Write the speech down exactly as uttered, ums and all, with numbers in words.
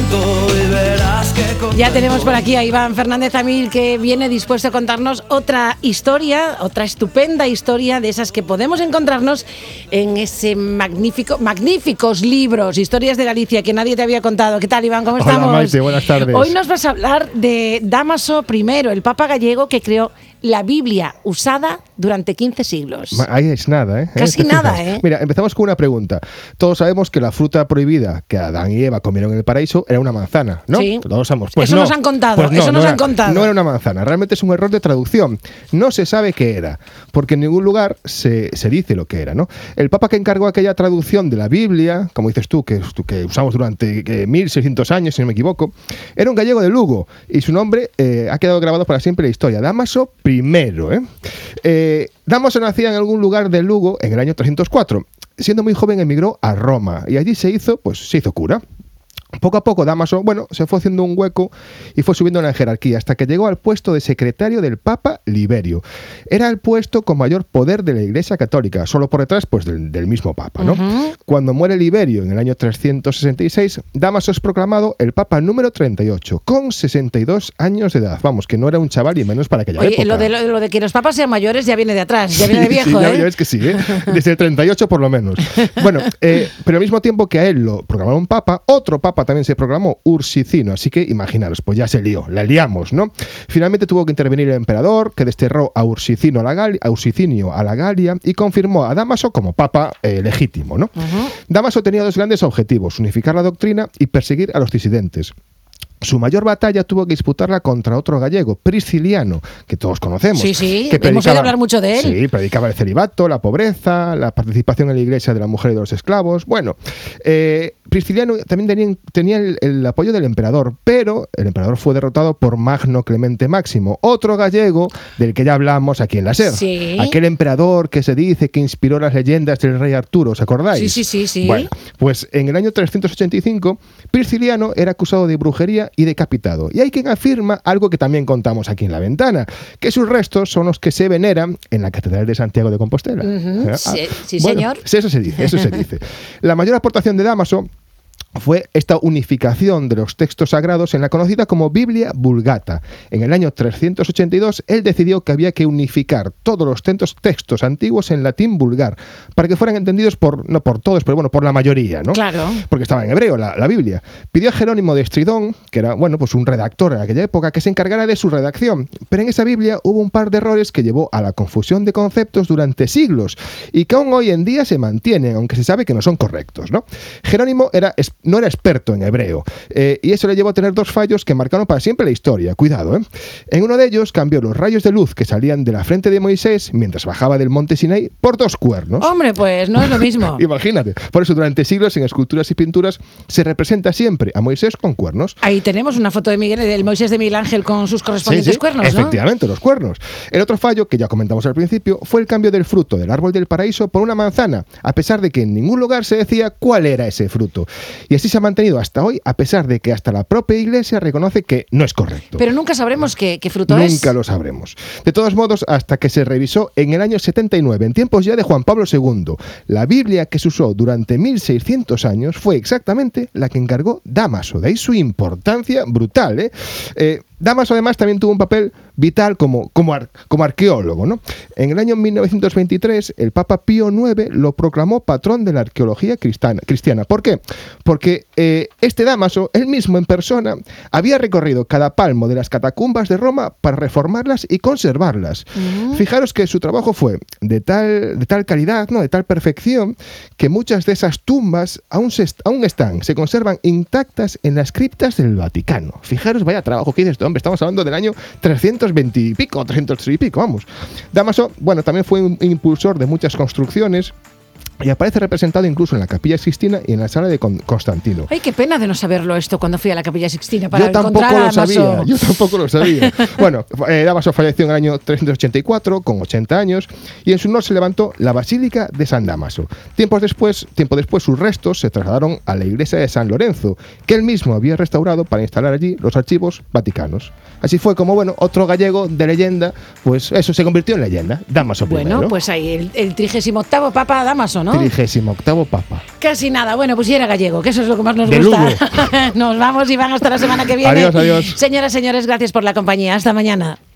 momento y verás que con Ya tenemos por aquí a Iván Fernández Amil, que viene dispuesto a contarnos otra historia, otra estupenda historia de esas que podemos encontrarnos en ese magnífico, magníficos libros, Historias de Galicia, que nadie te había contado. ¿Qué tal, Iván? ¿Cómo Hola, estamos? Maite, buenas tardes. Hoy nos vas a hablar de Dámaso primero, el papa gallego que creó la Biblia usada durante quince siglos. Ahí es nada, ¿eh? Casi ¿Te nada, fijas? ¿eh? Mira, empezamos con una pregunta. Todos sabemos que la fruta prohibida que Adán y Eva comieron en el paraíso era una manzana, ¿no? Sí. Todos sabemos. Pues Eso no. nos han contado, Pues no, eso nos no han era, contado. No era una manzana, realmente es un error de traducción. No se sabe qué era, porque en ningún lugar se, se dice lo que era, ¿no? El papa que encargó aquella traducción de la Biblia, como dices tú, que, que usamos durante eh, mil seiscientos años, si no me equivoco, era un gallego de Lugo, y su nombre eh, ha quedado grabado para siempre en la historia. Dámaso primero, ¿eh? Eh, Dámaso nacía en algún lugar de Lugo en el año trescientos cuatro. Siendo muy joven emigró a Roma y allí se hizo, pues se hizo cura. Poco a poco Dámaso, bueno, se fue haciendo un hueco y fue subiendo en la jerarquía hasta que llegó al puesto de secretario del Papa Liberio. Era el puesto con mayor poder de la Iglesia Católica, solo por detrás pues del, del mismo Papa, ¿no? Uh-huh. Cuando muere Liberio en el año trescientos sesenta y seis, Dámaso es proclamado el Papa número treinta y ocho, con sesenta y dos años de edad. Vamos, que no era un chaval y menos para aquella Oye, época. Lo de, lo, lo de que los papas sean mayores ya viene de atrás, ya viene de viejo, sí, ya, ¿eh? Ya ves que sí, ¿eh? Desde el treinta y ocho por lo menos. Bueno, eh, pero al mismo tiempo que a él lo proclamaron Papa, otro Papa también se proclamó, Ursicino, así que imaginaros, pues ya se lió, la liamos, ¿no? Finalmente tuvo que intervenir el emperador, que desterró a Ursicino a la Galia, a Ursicinio a la Galia y confirmó a Dámaso como papa eh, legítimo, ¿no? Uh-huh. Dámaso tenía dos grandes objetivos: unificar la doctrina y perseguir a los disidentes. Su mayor batalla tuvo que disputarla contra otro gallego, Prisciliano, que todos conocemos. Sí, sí, que hemos oído hablar mucho de él. Sí, predicaba el celibato, la pobreza, la participación en la iglesia de la mujer y de los esclavos. Bueno, eh, Prisciliano también tenía, tenía el, el apoyo del emperador, pero el emperador fue derrotado por Magno Clemente Máximo, otro gallego del que ya hablamos aquí en la SER. Sí. Aquel emperador que se dice que inspiró las leyendas del rey Arturo, ¿os acordáis? Sí, sí, sí, sí. Bueno, pues en el año trescientos ochenta y cinco, Prisciliano era acusado de brujería y decapitado. Y hay quien afirma algo que también contamos aquí en La Ventana, que sus restos son los que se veneran en la Catedral de Santiago de Compostela. Uh-huh. ¿Eh? Sí, sí bueno, señor. Eso se dice, eso se dice. La mayor aportación de Dámaso fue esta unificación de los textos sagrados en la conocida como Biblia Vulgata. En el año trescientos ochenta y dos, él decidió que había que unificar todos los textos, textos antiguos en latín vulgar, para que fueran entendidos por, no por todos, pero bueno, por la mayoría, ¿no? Claro. Porque estaba en hebreo la, la Biblia. Pidió a Jerónimo de Estridón, que era, bueno, pues un redactor en aquella época, que se encargara de su redacción. Pero en esa Biblia hubo un par de errores que llevó a la confusión de conceptos durante siglos y que aún hoy en día se mantienen, aunque se sabe que no son correctos, ¿no? Jerónimo era no era experto en hebreo, eh, y eso le llevó a tener dos fallos que marcaron para siempre la historia. Cuidado, ¿eh? En uno de ellos cambió los rayos de luz que salían de la frente de Moisés mientras bajaba del monte Sinaí por dos cuernos. Hombre, pues no es lo mismo. Imagínate. Por eso durante siglos en esculturas y pinturas se representa siempre a Moisés con cuernos. Ahí tenemos una foto de Miguel, del Moisés de Miguel Ángel con sus correspondientes sí, sí, cuernos, ¿no? Efectivamente, los cuernos. El otro fallo, que ya comentamos al principio, fue el cambio del fruto del árbol del paraíso por una manzana, a pesar de que en ningún lugar se decía cuál era ese fruto. Y así se ha mantenido hasta hoy, a pesar de que hasta la propia Iglesia reconoce que no es correcto. Pero nunca sabremos qué, qué fruto nunca es. Nunca lo sabremos. De todos modos, hasta que se revisó en el año setenta y nueve, en tiempos ya de Juan Pablo segundo, la Biblia que se usó durante mil seiscientos años fue exactamente la que encargó Dámaso. De ahí su importancia brutal, ¿eh? eh Dámaso además también tuvo un papel vital como, como, ar, como arqueólogo, ¿no? En el año mil novecientos veintitrés, el Papa Pío noveno lo proclamó patrón de la arqueología cristiana. cristiana. ¿Por qué? Porque eh, este Dámaso, él mismo en persona, había recorrido cada palmo de las catacumbas de Roma para reformarlas y conservarlas. Uh-huh. Fijaros que su trabajo fue de tal, de tal calidad, ¿no? De tal perfección, que muchas de esas tumbas aún, se, aún están, se conservan intactas en las criptas del Vaticano. Fijaros, vaya trabajo que hizo esto. Hombre, estamos hablando del año trescientos veinte y pico, trescientos tres y pico, vamos. Dámaso, bueno, también fue un impulsor de muchas construcciones y aparece representado incluso en la Capilla Sixtina y en la sala de Constantino. Ay, qué pena de no saberlo esto cuando fui a la Capilla Sixtina para yo tampoco encontrar lo a Dámaso. sabía, yo tampoco lo sabía. Bueno, eh, Dámaso falleció en el año trescientos ochenta y cuatro, con ochenta años, y en su honor se levantó la Basílica de San Dámaso. Tiempos después, tiempo después, sus restos se trasladaron a la iglesia de San Lorenzo, que él mismo había restaurado para instalar allí los archivos vaticanos. Así fue como, bueno, otro gallego de leyenda, pues eso se convirtió en leyenda, Dámaso Bueno, primero. pues ahí, el, el trigésimo octavo Papa Dámaso, ¿no? ¿no? Trigésimo octavo papa. Casi nada. Bueno, pues si era gallego, que eso es lo que más nos De gusta. Lugo. Nos vamos, Iván, hasta la semana que viene. Adiós, adiós. Señoras, señores, gracias por la compañía. Hasta mañana.